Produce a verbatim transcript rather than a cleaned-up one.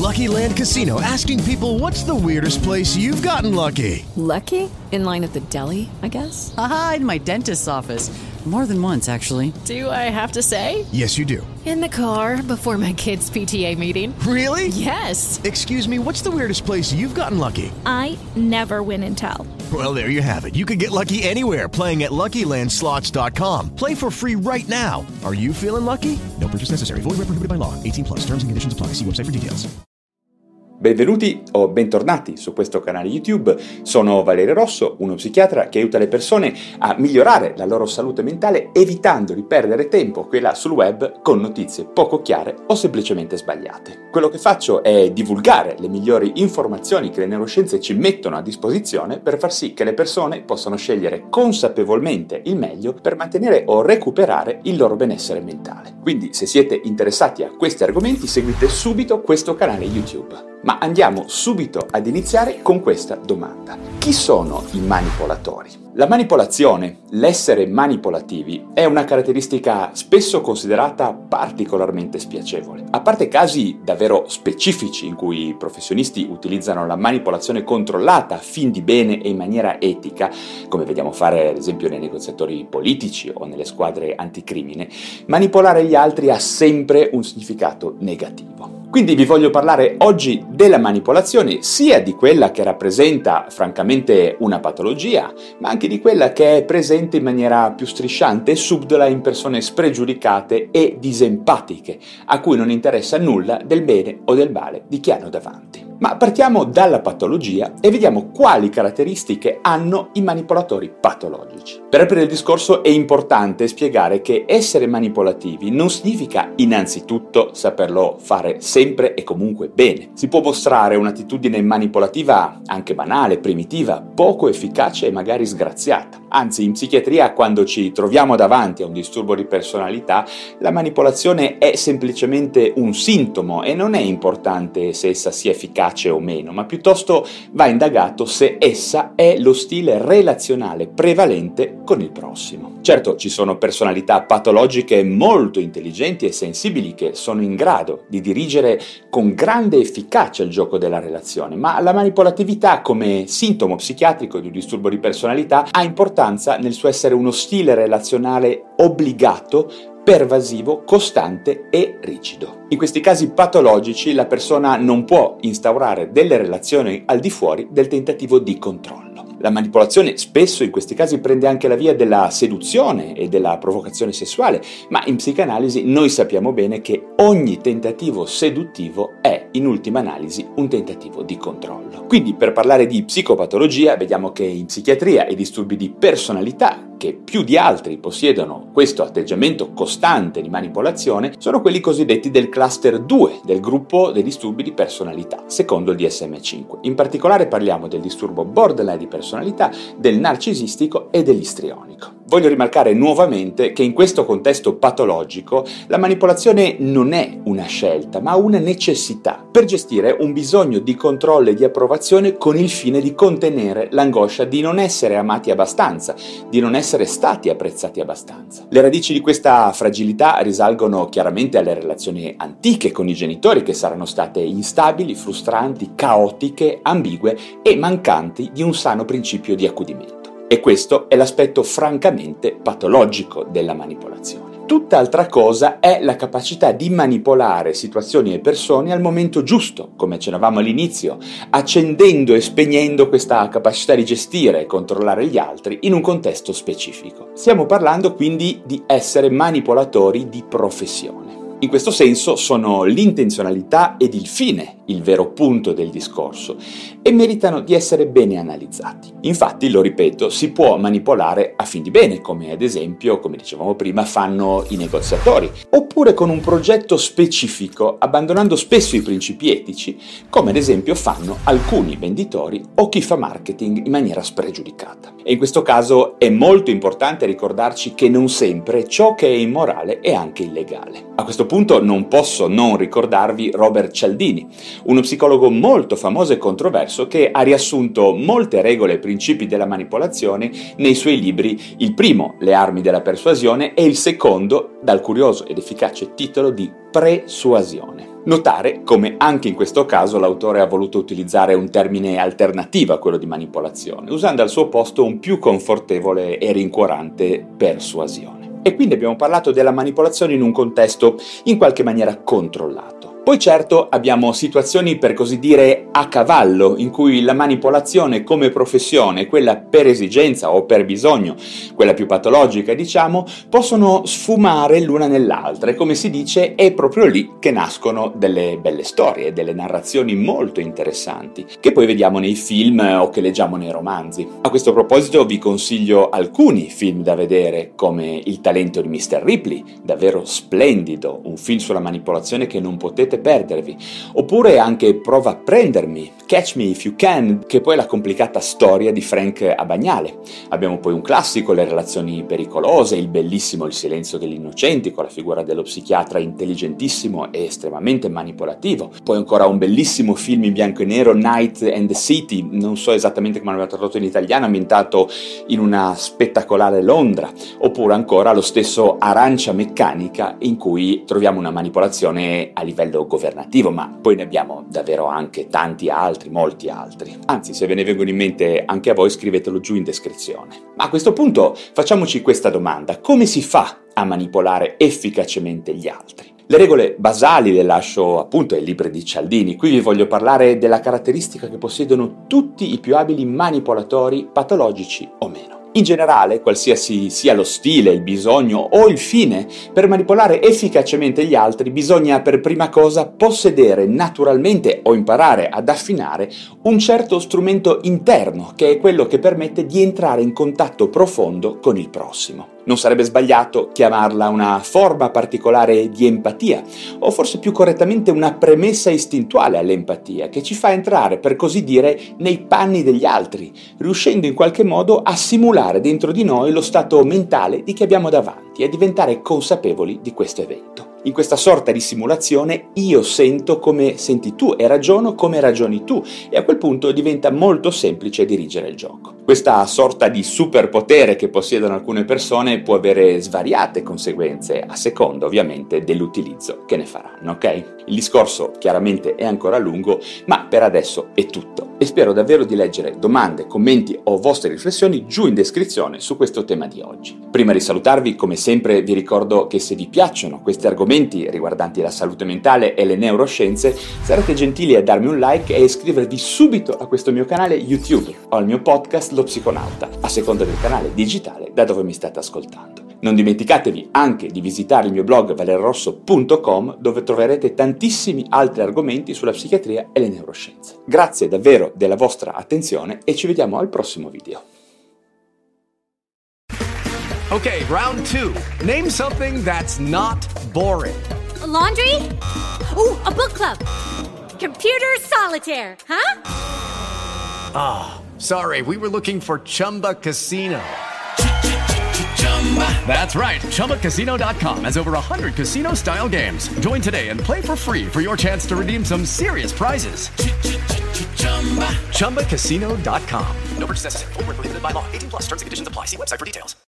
Lucky Land Casino, asking people, what's the weirdest place you've gotten lucky? Lucky? In line at the deli, I guess? Aha, in my dentist's office. More than once, actually. Do I have to say? Yes, you do. In the car before my kids' P T A meeting. Really? Yes. Excuse me, what's the weirdest place you've gotten lucky? I never win and tell. Well, there you have it. You can get lucky anywhere, playing at Lucky Land Slots dot com. Play for free right now. Are you feeling lucky? No purchase necessary. Void where prohibited by law. eighteen plus. Terms and conditions apply. See website for details. Benvenuti o bentornati su questo canale YouTube. Sono Valerio Rosso, uno psichiatra che aiuta le persone a migliorare la loro salute mentale evitando di perdere tempo quella sul web con notizie poco chiare o semplicemente sbagliate. Quello che faccio è divulgare le migliori informazioni che le neuroscienze ci mettono a disposizione per far sì che le persone possano scegliere consapevolmente il meglio per mantenere o recuperare il loro benessere mentale. Quindi, se siete interessati a questi argomenti, seguite subito questo canale YouTube. Ma andiamo subito ad iniziare con questa domanda. Chi sono i manipolatori? La manipolazione, l'essere manipolativi, è una caratteristica spesso considerata particolarmente spiacevole. A parte casi davvero specifici in cui i professionisti utilizzano la manipolazione controllata a fin di bene e in maniera etica, come vediamo fare ad esempio nei negoziatori politici o nelle squadre anticrimine, manipolare gli altri ha sempre un significato negativo. Quindi vi voglio parlare oggi della manipolazione, sia di quella che rappresenta francamente una patologia, ma anche di quella che è presente in maniera più strisciante e subdola in persone spregiudicate e disempatiche, a cui non interessa nulla del bene o del male di chi hanno davanti. Ma partiamo dalla patologia e vediamo quali caratteristiche hanno i manipolatori patologici. Per aprire il discorso è importante spiegare che essere manipolativi non significa innanzitutto saperlo fare sempre e comunque bene. Si può mostrare un'attitudine manipolativa anche banale, primitiva, poco efficace e magari sgraziata. Anzi, in psichiatria, quando ci troviamo davanti a un disturbo di personalità, la manipolazione è semplicemente un sintomo e non è importante se essa sia efficace o meno, ma piuttosto va indagato se essa è lo stile relazionale prevalente con il prossimo. Certo, ci sono personalità patologiche molto intelligenti e sensibili che sono in grado di dirigere con grande efficacia il gioco della relazione, ma la manipolatività come sintomo psichiatrico di un disturbo di personalità ha importanza nel suo essere uno stile relazionale obbligato, pervasivo, costante e rigido. In questi casi patologici la persona non può instaurare delle relazioni al di fuori del tentativo di controllo. La manipolazione spesso in questi casi prende anche la via della seduzione e della provocazione sessuale, ma in psicanalisi noi sappiamo bene che ogni tentativo seduttivo è in ultima analisi un tentativo di controllo. Quindi, per parlare di psicopatologia, vediamo che in psichiatria i disturbi di personalità, che più di altri possiedono questo atteggiamento costante di manipolazione, sono quelli cosiddetti del cluster due del gruppo dei disturbi di personalità, secondo il D S M cinque. In particolare parliamo del disturbo borderline di personalità, del narcisistico e dell'istrionico. Voglio rimarcare nuovamente che in questo contesto patologico la manipolazione non è una scelta, ma una necessità per gestire un bisogno di controllo e di approvazione con il fine di contenere l'angoscia di non essere amati abbastanza, di non essere stati apprezzati abbastanza. Le radici di questa fragilità risalgono chiaramente alle relazioni antiche con i genitori, che saranno state instabili, frustranti, caotiche, ambigue e mancanti di un sano principio di accudimento. E questo è l'aspetto francamente patologico della manipolazione. Tutt'altra cosa è la capacità di manipolare situazioni e persone al momento giusto, come accennavamo all'inizio, accendendo e spegnendo questa capacità di gestire e controllare gli altri in un contesto specifico. Stiamo parlando quindi di essere manipolatori di professione. In questo senso sono l'intenzionalità ed il fine il vero punto del discorso e meritano di essere bene analizzati. Infatti, lo ripeto, si può manipolare a fin di bene, come ad esempio, come dicevamo prima, fanno i negoziatori, oppure con un progetto specifico, abbandonando spesso i principi etici, come ad esempio fanno alcuni venditori o chi fa marketing in maniera spregiudicata. E in questo caso è molto importante ricordarci che non sempre ciò che è immorale è anche illegale. A questo punto non posso non ricordarvi Robert Cialdini, uno psicologo molto famoso e controverso che ha riassunto molte regole e principi della manipolazione nei suoi libri, il primo, Le armi della persuasione, e il secondo, dal curioso ed efficace titolo di Presuasione. Notare come anche in questo caso l'autore ha voluto utilizzare un termine alternativo a quello di manipolazione, usando al suo posto un più confortevole e rincuorante persuasione. E quindi abbiamo parlato della manipolazione in un contesto in qualche maniera controllato. Poi certo abbiamo situazioni per così dire a cavallo, in cui la manipolazione come professione, quella per esigenza o per bisogno, quella più patologica diciamo, possono sfumare l'una nell'altra e come si dice è proprio lì che nascono delle belle storie, delle narrazioni molto interessanti, che poi vediamo nei film o che leggiamo nei romanzi. A questo proposito vi consiglio alcuni film da vedere, come Il talento di mister Ripley, davvero splendido, un film sulla manipolazione che non potete perdervi, oppure anche Prova a prendermi, Catch Me If You Can, che poi è la complicata storia di Frank Abagnale. Abbiamo poi un classico, Le relazioni pericolose, il bellissimo Il silenzio degli innocenti, con la figura dello psichiatra intelligentissimo e estremamente manipolativo. Poi ancora un bellissimo film in bianco e nero, Night and the City, non so esattamente come l'aveva tradotto in italiano, ambientato in una spettacolare Londra, oppure ancora lo stesso Arancia meccanica, in cui troviamo una manipolazione a livello governativo, ma poi ne abbiamo davvero anche tanti altri, molti altri. Anzi, se ve ne vengono in mente anche a voi, scrivetelo giù in descrizione. Ma a questo punto facciamoci questa domanda: come si fa a manipolare efficacemente gli altri? Le regole basali le lascio appunto ai libri di Cialdini. Qui vi voglio parlare della caratteristica che possiedono tutti i più abili manipolatori, patologici o meno. In generale, qualsiasi sia lo stile, il bisogno o il fine, per manipolare efficacemente gli altri bisogna per prima cosa possedere naturalmente o imparare ad affinare un certo strumento interno, che è quello che permette di entrare in contatto profondo con il prossimo. Non sarebbe sbagliato chiamarla una forma particolare di empatia, o forse più correttamente una premessa istintuale all'empatia, che ci fa entrare, per così dire, nei panni degli altri, riuscendo in qualche modo a simulare dentro di noi lo stato mentale di chi abbiamo davanti e diventare consapevoli di questo evento. In questa sorta di simulazione io sento come senti tu e ragiono come ragioni tu, e a quel punto diventa molto semplice dirigere il gioco. Questa sorta di superpotere che possiedono alcune persone può avere svariate conseguenze, a seconda ovviamente dell'utilizzo che ne faranno, ok? Il discorso chiaramente è ancora lungo, ma per adesso è tutto e spero davvero di leggere domande, commenti o vostre riflessioni giù in descrizione su questo tema di oggi. Prima di salutarvi, come sempre, vi ricordo che se vi piacciono questi argomenti riguardanti la salute mentale e le neuroscienze, sarete gentili a darmi un like e iscrivervi subito a questo mio canale YouTube o al mio podcast Lo Psiconauta, a seconda del canale digitale da dove mi state ascoltando. Non dimenticatevi anche di visitare il mio blog valerosso punto com, dove troverete tantissimi altri argomenti sulla psichiatria e le neuroscienze. Grazie davvero della vostra attenzione e ci vediamo al prossimo video. Okay, round two. Name something that's not boring. A laundry? Ooh, a book club. Computer solitaire, huh? Ah, oh, sorry, we were looking for Chumba Casino. That's right, Chumba Casino dot com has over one hundred casino-style games. Join today and play for free for your chance to redeem some serious prizes. Chumba Casino dot com. No purchase necessary. Void where prohibited by law. eighteen plus terms and conditions apply. See website for details.